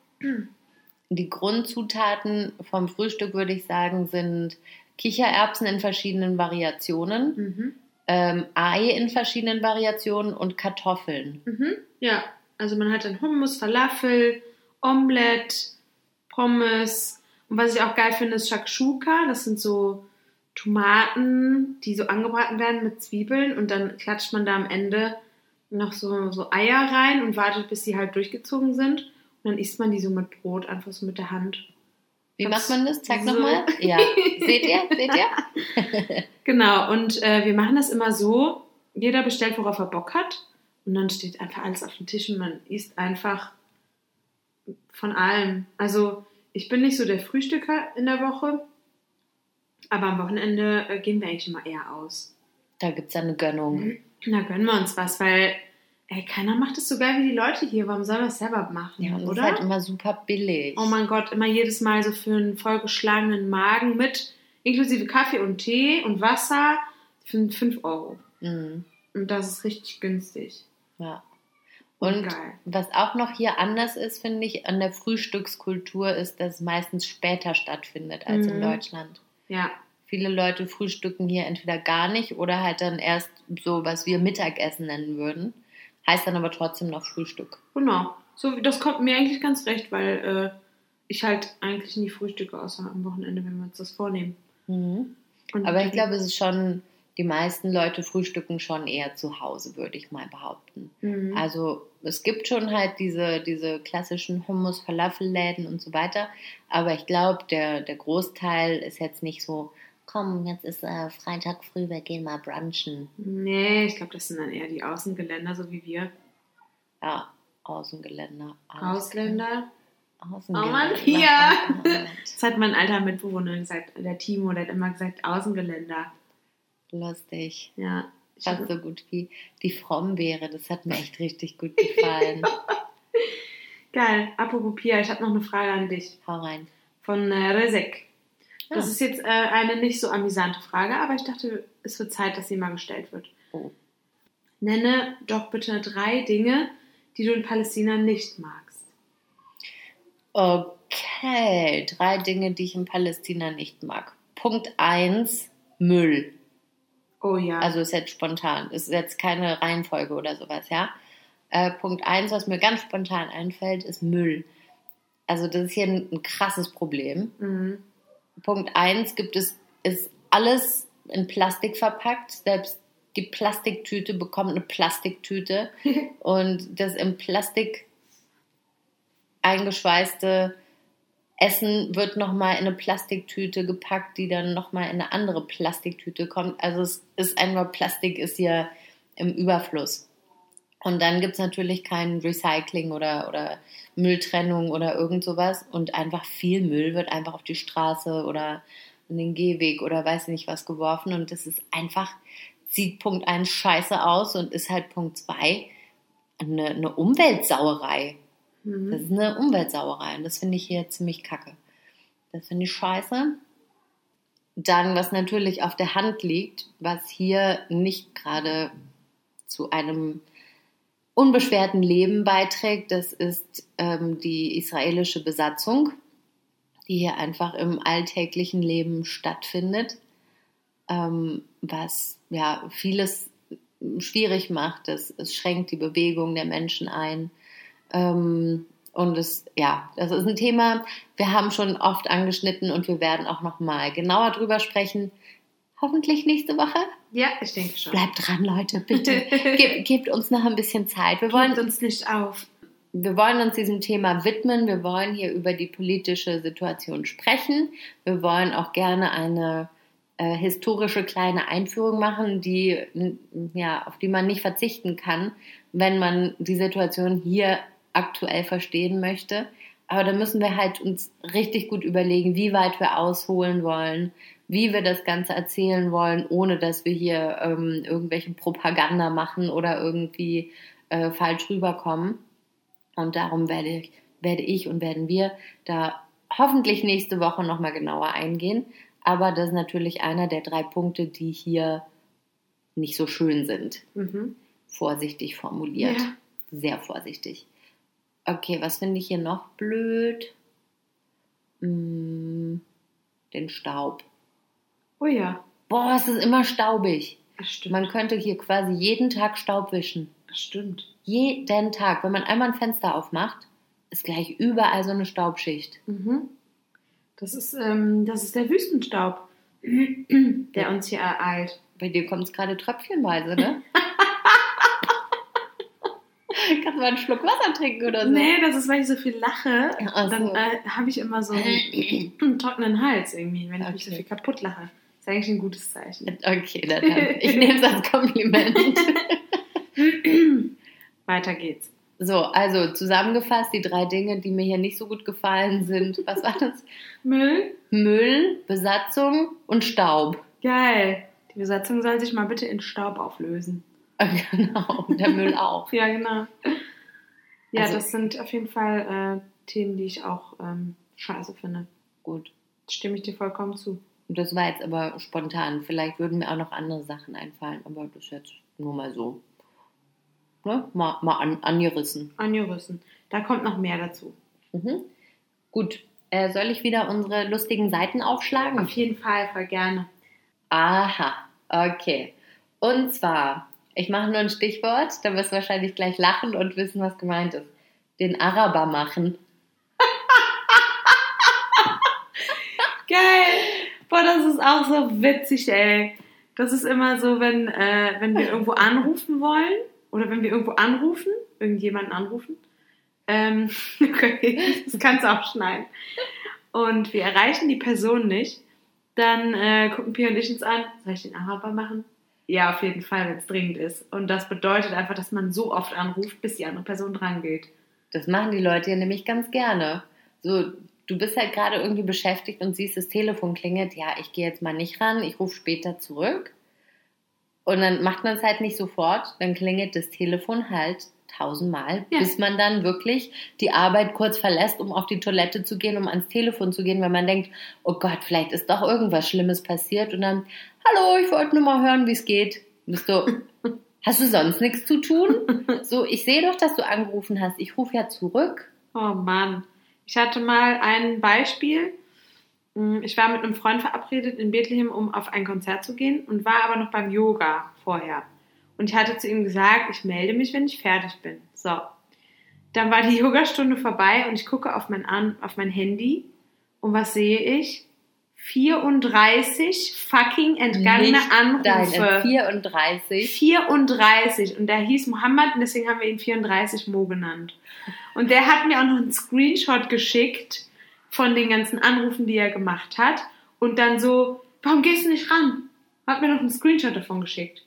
die Grundzutaten vom Frühstück, würde ich sagen, sind Kichererbsen in verschiedenen Variationen, Mhm. ähm, Ei in verschiedenen Variationen und Kartoffeln. Mhm. Ja, also man hat dann Hummus, Falafel, Omelett, Pommes. Und was ich auch geil finde, ist Shakshuka. Das sind so Tomaten, die so angebraten werden mit Zwiebeln. Und dann klatscht man da am Ende noch so, so Eier rein und wartet, bis die halt durchgezogen sind. Und dann isst man die so mit Brot, einfach so mit der Hand. Wie Ganz macht man das? Zeig so. nochmal. Ja, seht ihr? Seht ihr? Genau, und äh, wir machen das immer so, jeder bestellt, worauf er Bock hat. Und dann steht einfach alles auf dem Tisch und man isst einfach von allem. Also ich bin nicht so der Frühstücker in der Woche, aber am Wochenende äh, gehen wir eigentlich immer eher aus. Da gibt es eine Gönnung. Na, gönnen wir uns was, weil ey, keiner macht es so geil wie die Leute hier. Warum sollen wir es selber machen, Ja, und das oder? ist halt immer super billig. Oh mein Gott, immer jedes Mal so für einen vollgeschlagenen Magen mit inklusive Kaffee und Tee und Wasser für fünf Euro. Mhm. Und das ist richtig günstig. Ja. Und Und geil. was auch noch hier anders ist, finde ich, an der Frühstückskultur ist, dass es meistens später stattfindet als in Mhm. Deutschland. Ja, Viele Leute frühstücken hier entweder gar nicht oder halt dann erst so, was wir Mittagessen nennen würden. Heißt dann aber trotzdem noch Frühstück. genau. So, das kommt mir eigentlich ganz recht, weil äh, ich halt eigentlich nie frühstücke, außer am Wochenende, wenn wir uns das vornehmen. Mhm. Und Aber ich glaube, es ist schon, die meisten Leute frühstücken schon eher zu Hause, würde ich mal behaupten. Mhm. Also es gibt schon halt diese, diese klassischen Hummus-Falafel-Läden und so weiter, aber ich glaube, der, der Großteil ist jetzt nicht so komm, jetzt ist äh, Freitag früh, wir gehen mal brunchen. Nee, ich glaube, das sind dann eher die Außengeländer, so wie wir. Ja, Außengeländer. Ausländer. Außengeländer. Oh Mann, ja. Oh Mann. Das hat mein alter Mitbewohner gesagt, der Timo, der hat immer gesagt, Außengeländer. Lustig. Ja. Ich Fast so gut wie die Frommbeere. Das hat mir echt richtig gut gefallen. Geil. Apropos Pia, ich habe noch eine Frage an dich. Hau rein. Von äh, Rezek. Das Ja. ist jetzt äh, eine nicht so amüsante Frage, aber ich dachte, es wird Zeit, dass sie mal gestellt wird. Oh. Nenne doch bitte drei Dinge, die du in Palästina nicht magst. Okay, drei Dinge, die ich in Palästina nicht mag. Punkt eins, Müll. Oh ja. Also ist jetzt spontan, ist jetzt keine Reihenfolge oder sowas, ja. Äh, Punkt eins, was mir ganz spontan einfällt, ist Müll. Also das ist hier ein, ein krasses Problem. Mhm. Punkt eins gibt es, ist alles in Plastik verpackt, selbst die Plastiktüte bekommt eine Plastiktüte und das in Plastik eingeschweißte Essen wird nochmal in eine Plastiktüte gepackt, die dann nochmal in eine andere Plastiktüte kommt. Also es ist einfach, Plastik ist hier im Überfluss. Und dann gibt es natürlich kein Recycling oder, oder Mülltrennung oder irgend sowas. Und einfach viel Müll wird einfach auf die Straße oder in den Gehweg oder weiß nicht was geworfen. Und das ist einfach, sieht Punkt eins scheiße aus und ist halt Punkt zwei eine, eine Umweltsauerei. Mhm. Das ist eine Umweltsauerei und das finde ich hier ziemlich kacke. Das finde ich scheiße. Dann, was natürlich auf der Hand liegt, was hier nicht gerade zu einem unbeschwerten Leben beiträgt, das ist ähm, die israelische Besatzung, die hier einfach im alltäglichen Leben stattfindet, ähm, was ja vieles schwierig macht. Es, es schränkt die Bewegung der Menschen ein. Ähm, und es, ja, das ist ein Thema, wir haben schon oft angeschnitten und wir werden auch noch mal genauer drüber sprechen. Hoffentlich nächste Woche. Ja, ich denke schon. Bleibt dran, Leute, bitte. Gebt, gebt uns noch ein bisschen Zeit. Wir wollen Gebt uns nicht auf. Wir wollen uns diesem Thema widmen. Wir wollen hier über die politische Situation sprechen. Wir wollen auch gerne eine äh, historische kleine Einführung machen, die, n- ja, auf die man nicht verzichten kann, wenn man die Situation hier aktuell verstehen möchte. Aber da müssen wir halt uns richtig gut überlegen, wie weit wir ausholen wollen, wie wir das Ganze erzählen wollen, ohne dass wir hier ähm, irgendwelche Propaganda machen oder irgendwie äh, falsch rüberkommen. Und darum werde ich, werde ich und werden wir da hoffentlich nächste Woche nochmal genauer eingehen. Aber das ist natürlich einer der drei Punkte, die hier nicht so schön sind. Mhm. Vorsichtig formuliert. Ja. Sehr vorsichtig. Okay, was finde ich hier noch blöd? Hm, den Staub. Oh ja, Boah, es ist immer staubig. das stimmt. Man könnte hier quasi jeden Tag Staub wischen. Das stimmt. Jeden Tag. Wenn man einmal ein Fenster aufmacht, ist gleich überall so eine Staubschicht. Mhm. Das ist, ähm, das ist der Wüstenstaub, der uns hier ereilt. Bei dir kommt es gerade tröpfchenweise, ne? Kannst du mal einen Schluck Wasser trinken oder so? Nee, das ist, weil ich so viel lache. Ach so. Dann äh, habe ich immer so einen, einen trockenen Hals irgendwie, wenn ich mich so Okay. viel kaputt lache. Das ist eigentlich ein gutes Zeichen. Okay, dann, ich nehme es als Kompliment. Weiter geht's. So, also zusammengefasst, die drei Dinge, die mir hier nicht so gut gefallen sind. Was war das? Müll? Müll, Besatzung und Staub. Geil. Die Besatzung soll sich mal bitte in Staub auflösen. Genau, und der Müll auch. Ja, genau. Ja, Also- das sind auf jeden Fall äh, Themen, die ich auch ähm, scheiße finde. Gut. Stimme ich dir vollkommen zu. Das war jetzt aber spontan. Vielleicht würden mir auch noch andere Sachen einfallen, aber das ist jetzt nur mal so. Ne? Mal, mal an, angerissen. Angerissen. Da kommt noch mehr dazu. Mhm. Gut. Äh, soll ich wieder unsere lustigen Seiten aufschlagen? Auf jeden Fall, voll gerne. Aha, okay. Und zwar, ich mache nur ein Stichwort, da wirst du wahrscheinlich gleich lachen und wissen, was gemeint ist. Den Araber machen. Geil! Boah, das ist auch so witzig, ey. Das ist immer so, wenn, äh, wenn wir irgendwo anrufen wollen oder wenn wir irgendwo anrufen, irgendjemanden anrufen. Ähm, okay, das kannst du auch schneiden. Und wir erreichen die Person nicht. Dann äh, gucken Pia und ich uns an. Soll ich den Araber machen? Ja, auf jeden Fall, wenn es dringend ist. Und das bedeutet einfach, dass man so oft anruft, bis die andere Person dran geht. Das machen die Leute ja nämlich ganz gerne. So, du bist halt gerade irgendwie beschäftigt und siehst, das Telefon klingelt. Ja, ich gehe jetzt mal nicht ran, ich rufe später zurück. Und dann macht man es halt nicht sofort. Dann klingelt das Telefon halt tausendmal, Ja. bis man dann wirklich die Arbeit kurz verlässt, um auf die Toilette zu gehen, um ans Telefon zu gehen, weil man denkt, oh Gott, vielleicht ist doch irgendwas Schlimmes passiert. Und dann, hallo, ich wollte nur mal hören, wie es geht. Und bist du, hast du sonst nichts zu tun? So, ich sehe doch, dass du angerufen hast. Ich rufe ja zurück. Oh Mann. Ich hatte mal ein Beispiel. Ich war mit einem Freund verabredet in Bethlehem, um auf ein Konzert zu gehen und war aber noch beim Yoga vorher. Und ich hatte zu ihm gesagt, ich melde mich, wenn ich fertig bin. So. Dann war die Yogastunde vorbei und ich gucke auf mein, An- auf mein Handy und was sehe ich? vierunddreißig fucking entgangene Nicht Anrufe. Deine vierunddreißig. vierunddreißig und der hieß Mohammed und deswegen haben wir ihn vierunddreißig Mo genannt. Und der hat mir auch noch einen Screenshot geschickt von den ganzen Anrufen, die er gemacht hat und dann so, warum gehst du nicht ran? Hat mir noch einen Screenshot davon geschickt.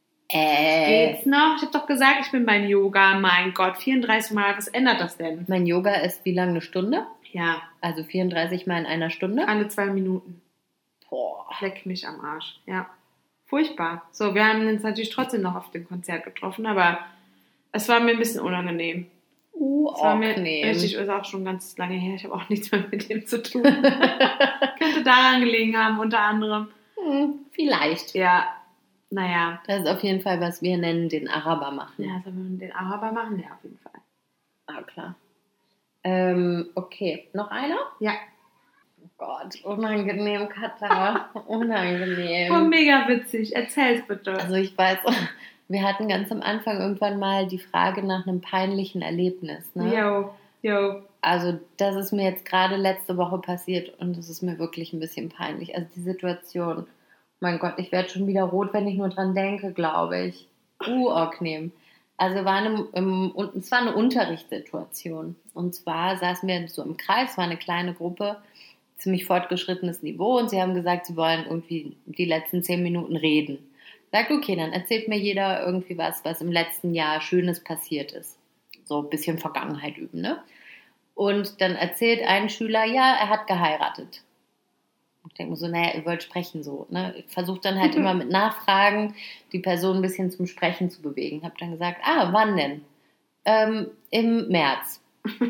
Äh, Geht's noch? Ich habe doch gesagt, ich bin beim Yoga. Mein Gott, vierunddreißig Mal, was ändert das denn? mein Yoga ist wie lange, eine Stunde? Ja, Also vierunddreißig Mal in einer Stunde? alle zwei Minuten. Boah. Leck mich am Arsch. Ja, furchtbar. So, wir haben uns natürlich trotzdem noch auf dem Konzert getroffen, aber es war mir ein bisschen unangenehm. Uh, Es war mir nee. richtig, ist auch schon ganz lange her. Ich habe auch nichts mehr mit dem zu tun. Könnte daran gelegen haben, unter anderem. Hm, vielleicht. Ja, naja. Das ist auf jeden Fall, was wir nennen, den Araber machen. Ja, sollen wir den Araber machen? Ja, auf jeden Fall. Ah, klar. Ähm, okay, noch einer? Ja. Oh Gott, unangenehm, Katha. Unangenehm. Oh, mega witzig. Erzähl's bitte. Also ich weiß, wir hatten ganz am Anfang irgendwann mal die Frage nach einem peinlichen Erlebnis. Ne? Jo, jo. Also das ist mir jetzt gerade letzte Woche passiert und das ist mir wirklich ein bisschen peinlich. Also die Situation, mein Gott, ich werde schon wieder rot, wenn ich nur dran denke, glaube ich. Uh, angenehm. Also war eine, im, es war eine Unterrichtssituation. Und zwar saßen wir so im Kreis, war eine kleine Gruppe, ziemlich fortgeschrittenes Niveau und sie haben gesagt, sie wollen irgendwie die letzten zehn Minuten reden. Sagt, okay, dann erzählt mir jeder irgendwie was, was im letzten Jahr Schönes passiert ist. So ein bisschen Vergangenheit üben, ne? Und dann erzählt ein Schüler, ja, er hat geheiratet. Ich denke mir so, naja, ihr wollt sprechen so, ne? Ich versuche dann halt immer mit Nachfragen die Person ein bisschen zum Sprechen zu bewegen. Habe dann gesagt, ah, wann denn? Ähm, im März.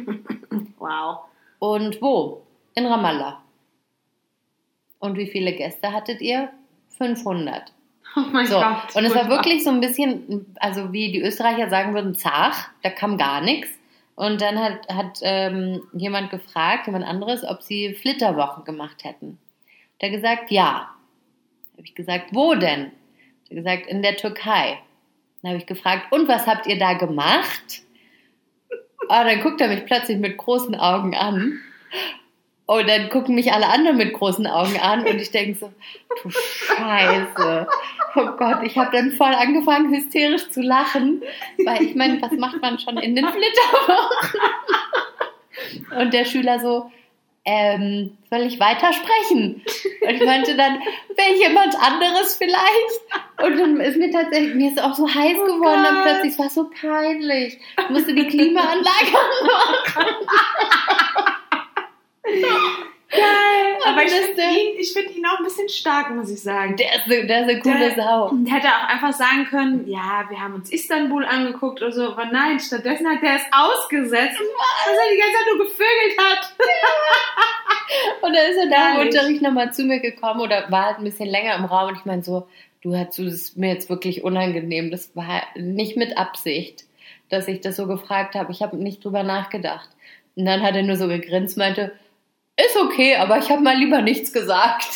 Wow. Und wo? In Ramallah. Und wie viele Gäste hattet ihr? fünfhundert. Oh mein So, Gott. und es war furchtbar. wirklich so ein bisschen, also wie die Österreicher sagen würden, zach, da kam gar nichts. Und dann hat, hat ähm, jemand gefragt, jemand anderes, ob sie Flitterwochen gemacht hätten. Hat er gesagt, ja. Habe ich gesagt, wo denn? Hat er gesagt, in der Türkei. Dann habe ich gefragt, und was habt ihr da gemacht? Oh, dann guckt er mich plötzlich mit großen Augen an. Und dann gucken mich alle anderen mit großen Augen an und ich denke so, du Scheiße. Oh Gott, ich habe dann voll angefangen, hysterisch zu lachen, weil ich meine, was macht man schon in den Flitterwochen? Und der Schüler so, ähm, soll ich weitersprechen? Und ich meinte dann, wäre jemand anderes vielleicht? Und dann ist mir tatsächlich, mir ist auch so heiß geworden, Gott. dann plötzlich, es war so peinlich. Ich musste die Klimaanlage anmachen. Geil. Aber ich das finde der- ihn, ich find ihn auch ein bisschen stark, muss ich sagen. Der ist, eine, der ist eine coole Der- Sau. Der hätte auch einfach sagen können, ja, wir haben uns Istanbul angeguckt oder so, aber nein, stattdessen hat der es ausgesetzt, dass er die ganze Zeit nur gevögelt hat. Und dann ist er da im Herrlich. Unterricht nochmal zu mir gekommen oder war halt ein bisschen länger im Raum und ich meine so, du hast, das ist mir jetzt wirklich unangenehm. Das war nicht mit Absicht, dass ich das so gefragt habe. Ich habe nicht drüber nachgedacht. Und dann hat er nur so gegrinst, meinte, ist okay, aber ich habe mal lieber nichts gesagt.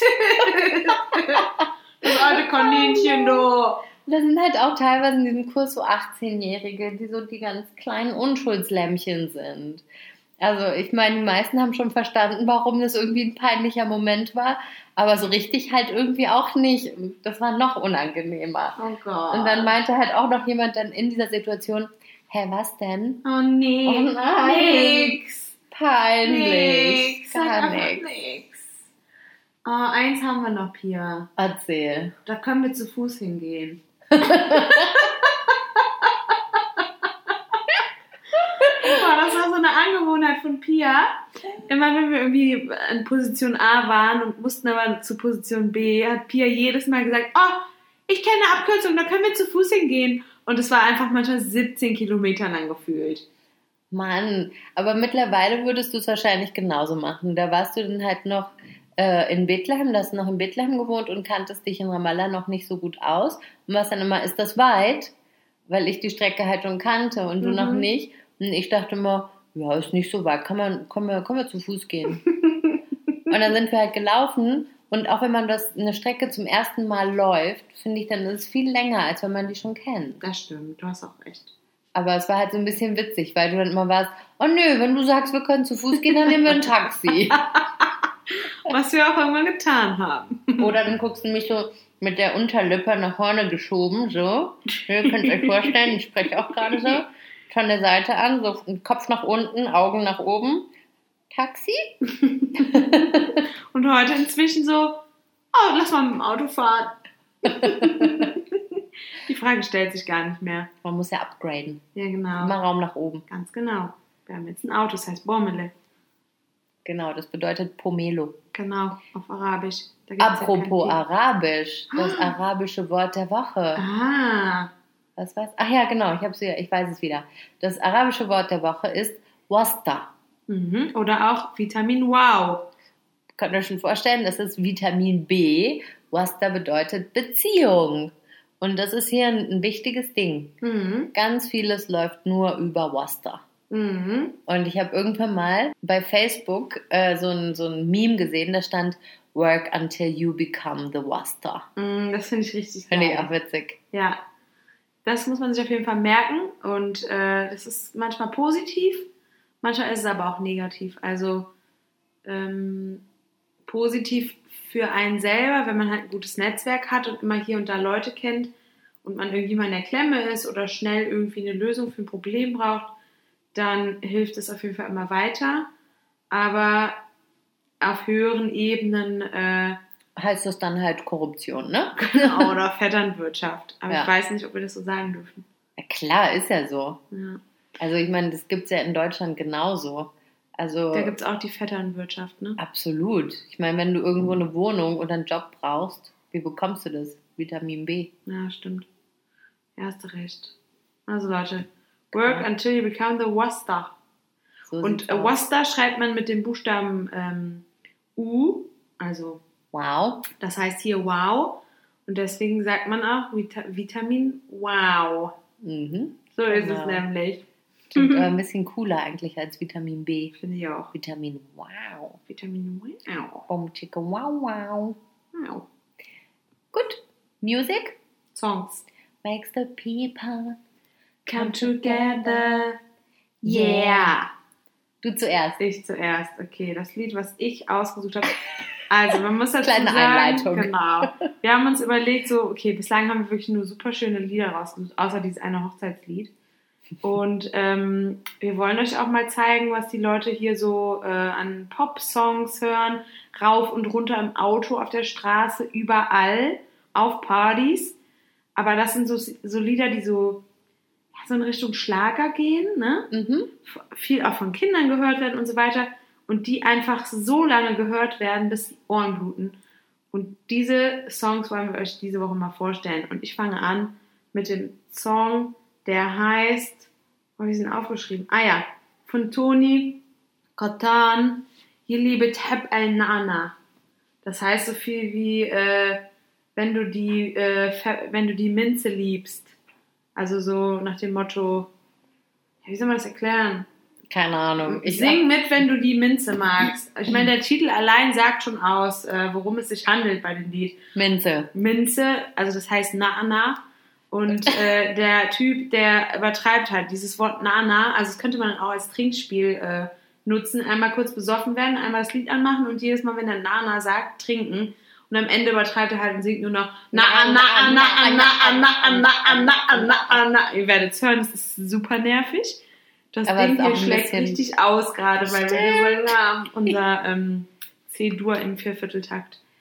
Das alte Kaninchen, du. Da sind halt auch teilweise in diesem Kurs so achtzehnjährige, die so die ganz kleinen Unschuldslämmchen sind. Also ich meine, die meisten haben schon verstanden, warum das irgendwie ein peinlicher Moment war, aber so richtig halt irgendwie auch nicht. Und das war noch unangenehmer. Oh Gott. Und dann meinte halt auch noch jemand dann in dieser Situation, hä, was denn? Oh nee. Oh nein. Nix. Peinlich. Nix. Sag Gar einfach nichts. nix. Oh, eins haben wir noch, Pia. Erzähl. Da können wir zu Fuß hingehen. Das war so eine Angewohnheit von Pia. Immer wenn wir irgendwie in Position A waren und mussten aber zu Position B, hat Pia jedes Mal gesagt, oh, ich kenne eine Abkürzung, da können wir zu Fuß hingehen. Und es war einfach manchmal siebzehn Kilometer lang gefühlt. Mann, aber mittlerweile würdest du es wahrscheinlich genauso machen. Da warst du dann halt noch äh, in Bethlehem, du hast noch in Bethlehem gewohnt und kanntest dich in Ramallah noch nicht so gut aus. Und warst dann immer, ist das weit? Weil ich die Strecke halt schon kannte und du Mhm. noch nicht. Und ich dachte immer, ja, ist nicht so weit, kann man, können wir, können wir zu Fuß gehen. Und dann sind wir halt gelaufen und auch wenn man das eine Strecke zum ersten Mal läuft, finde ich, dann ist es viel länger, als wenn man die schon kennt. Das stimmt, du hast auch recht. Aber es war halt so ein bisschen witzig, weil du dann immer warst, oh nö, wenn du sagst, wir können zu Fuß gehen, dann nehmen wir ein Taxi. Was wir auch irgendwann getan haben. Oder dann guckst du mich so mit der Unterlippe nach vorne geschoben, so. Ihr könnt euch vorstellen, ich spreche auch gerade so. Von der Seite an, so Kopf nach unten, Augen nach oben. Taxi? Und heute inzwischen so, oh, lass mal mit dem Auto fahren. Die Frage stellt sich gar nicht mehr. Man muss ja upgraden. Ja, genau. Immer Raum nach oben. Ganz genau. Wir haben jetzt ein Auto, das heißt Bormele. Genau, das bedeutet Pomelo. Genau, auf Arabisch. Da gibt's Apropos ja kein Arabisch, das arabische Wort der Woche. Ah, Was war's? Ach ja, genau, ich hab's wieder, ich weiß es wieder. Das arabische Wort der Woche ist Wasta. mhm. Oder auch Vitamin Wow. Könnt ihr euch schon vorstellen, das ist Vitamin B. Wasta bedeutet Beziehung. Und das ist hier ein, ein wichtiges Ding. Mhm. Ganz vieles läuft nur über Wasta. Mhm. Und ich habe irgendwann mal bei Facebook äh, so, ein, so ein Meme gesehen, da stand Work until you become the Wasta. Mhm, das finde ich richtig Finde ich geil. auch witzig. Ja, das muss man sich auf jeden Fall merken. Und äh, das ist manchmal positiv, manchmal ist es aber auch negativ. Also ähm, positiv für einen selber, wenn man halt ein gutes Netzwerk hat und immer hier und da Leute kennt und man irgendwie mal in der Klemme ist oder schnell irgendwie eine Lösung für ein Problem braucht, dann hilft es auf jeden Fall immer weiter. Aber auf höheren Ebenen äh, Heißt das dann halt Korruption, ne? oder Vetternwirtschaft. Aber Ja. ich weiß nicht, ob wir das so sagen dürfen. Ja, klar, ist ja so. Ja. Also ich meine, das gibt's ja in Deutschland genauso. Also Da gibt es auch die Vetternwirtschaft, ne? absolut. Ich meine, wenn du irgendwo eine Wohnung oder einen Job brauchst, wie bekommst du das? Vitamin B. Ja, stimmt. Ja, hast du recht. Also Leute, work Ja. until you become the Wasta. So Und sieht's äh, aus. Wasta schreibt man mit dem Buchstaben ähm, U, also Wow. das heißt hier Wow. Und deswegen sagt man auch Vita- Vitamin Wow. Mhm. So ist Genau. es nämlich. Klingt aber ein bisschen cooler eigentlich als Vitamin B. Finde ich auch. Vitamin Wow. Vitamin Wow. Boom, chicka, wow, wow. wow. Gut. Music Songs. makes the people. Come together. Yeah. Du zuerst. Ich zuerst. Okay, das Lied, was ich ausgesucht habe. Also, man muss dazu Kleine sagen, Einleitung. genau. Wir haben uns überlegt, so, okay, bislang haben wir wirklich nur super schöne Lieder rausgesucht, außer dieses eine Hochzeitslied. Und ähm, wir wollen euch auch mal zeigen, was die Leute hier so äh, an Pop-Songs hören, rauf und runter im Auto, auf der Straße, überall, auf Partys. Aber das sind so, so Lieder, die so, ja, so in Richtung Schlager gehen, ne? Mhm. Viel auch von Kindern gehört werden und so weiter und die einfach so lange gehört werden, bis die Ohren bluten. Und diese Songs wollen wir euch diese Woche mal vorstellen. Und ich fange an mit dem Song, der heißt, wo habe ich ihn aufgeschrieben? Ah ja, von Toni Kotan, Yili Tab El Nana. Das heißt so viel wie, äh, wenn du die, äh, wenn du die Minze liebst. Also so nach dem Motto, ja, wie soll man das erklären? Keine Ahnung. Ich sing mit, wenn du die Minze magst. Ich meine, der Titel allein sagt schon aus, äh, worum es sich handelt bei dem Lied. Minze. Minze, also das heißt Nana. Und äh, der Typ, der übertreibt halt dieses Wort Nana. Also das könnte man auch als Trinkspiel äh, nutzen. Einmal kurz besoffen werden, einmal das Lied anmachen und jedes Mal, wenn er Nana sagt, trinken. Und am Ende übertreibt er halt und singt nur noch Na, na, na, na, na, na, na, na, na, na. Ihr werdet es hören, das ist super nervig. Das Aber Ding es ist hier auch ein schlägt bisschen- richtig aus gerade, weil wir so haben unser ähm, C-Dur im Viervierteltakt.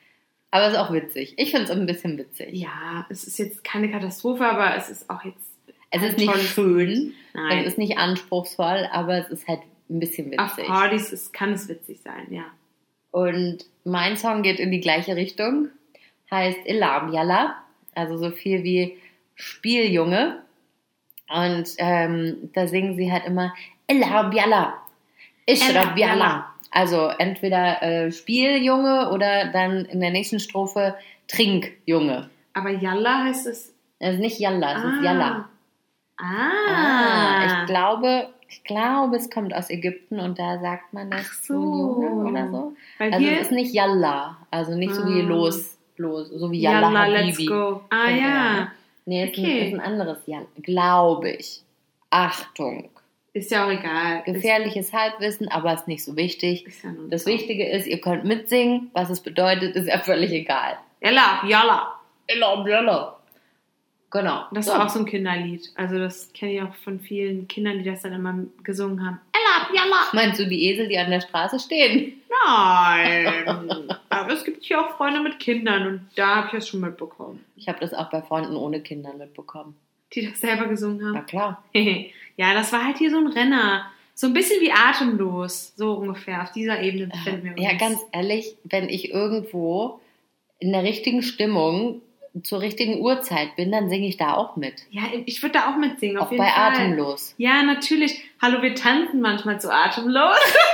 Aber es ist auch witzig. Ich finde es ein bisschen witzig. Ja, es ist jetzt keine Katastrophe, aber es ist auch jetzt Es ist ein nicht tolles schön, Lied. Nein. es ist nicht anspruchsvoll, aber es ist halt ein bisschen Auf witzig. Partys ist, kann es witzig sein, ja. Und mein Song geht in die gleiche Richtung, heißt Elam Yalla, also so viel wie Spieljunge. Und ähm, da singen sie halt immer Elam Yalla, Ishrab Yalla. Also entweder äh, Spieljunge oder dann in der nächsten Strophe Trinkjunge. Aber Yalla heißt es... Es ist nicht Yalla, es ist Yalla. Ah. Ah, ich glaube, ich glaube, es kommt aus Ägypten und da sagt man das Ach zu so. Junge oder so. Weil Also hier... es ist nicht Yalla, also nicht so wie Ah. los, los, so wie Yalla, Yalla, Habibi. let's go. Ah, Kennt ihr, ja. ne? Nee, es ist, Okay. ein, ist ein anderes Yalla, glaube ich. Achtung, Ist ja auch egal. gefährliches Halbwissen, aber ist nicht so wichtig. Ist, ist ja nur ein Das Song. Wichtige ist, ihr könnt mitsingen, was es bedeutet, ist ja völlig egal. Yalla, Yalla. Yalla, Yalla. Genau. Das ist auch so ein Kinderlied. Also das kenne ich auch von vielen Kindern, die das dann immer gesungen haben. Yalla, Yalla. Meinst du die Esel, die an der Straße stehen? Nein. Aber es gibt hier auch Freunde mit Kindern und da habe ich das schon mitbekommen. Ich habe das auch bei Freunden ohne Kinder mitbekommen. Die das selber gesungen Na haben. klar. Ja, das war halt hier so ein Renner. So ein bisschen wie Atemlos. So ungefähr. Auf dieser Ebene befinden wir uns. Ja, ganz ehrlich, wenn ich irgendwo in der richtigen Stimmung zur richtigen Uhrzeit bin, dann singe ich da auch mit. Ja, ich würde da auch mitsingen. Auf Auch jeden bei Fall. Atemlos. Ja, natürlich. Hallo, wir tanzen manchmal zu Atemlos.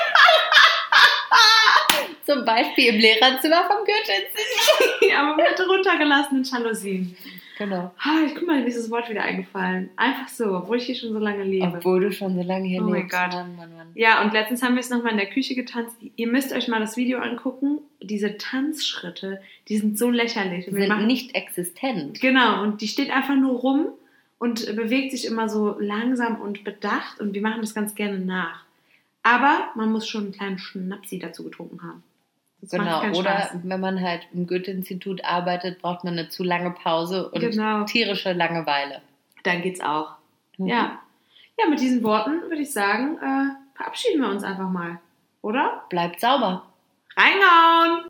Zum Beispiel im Lehrerzimmer vom Goethe-Institut. Ja, aber mit runtergelassenen Jalousien. Genau. Ah, ich guck mal, mir ist das Wort wieder eingefallen. Einfach so, obwohl ich hier schon so lange lebe. Obwohl du schon so lange hier Oh mein lebst. Gott. Mann, Mann, Mann. Ja, und letztens haben wir es nochmal in der Küche getanzt. Ihr müsst euch mal das Video angucken. Diese Tanzschritte, die sind so lächerlich. Die Wir sind machen- nicht existent. Genau, und die steht einfach nur rum und bewegt sich immer so langsam und bedacht und wir machen das ganz gerne nach. Aber man muss schon einen kleinen Schnapsi dazu getrunken haben. Das macht Genau, keinen oder Spaß. wenn man halt im Goethe-Institut arbeitet, braucht man eine zu lange Pause und Genau. tierische Langeweile. Dann geht's auch. Mhm. Ja. Ja, mit diesen Worten würde ich sagen, äh, verabschieden wir uns einfach mal. Oder? Bleibt sauber. Reinhauen!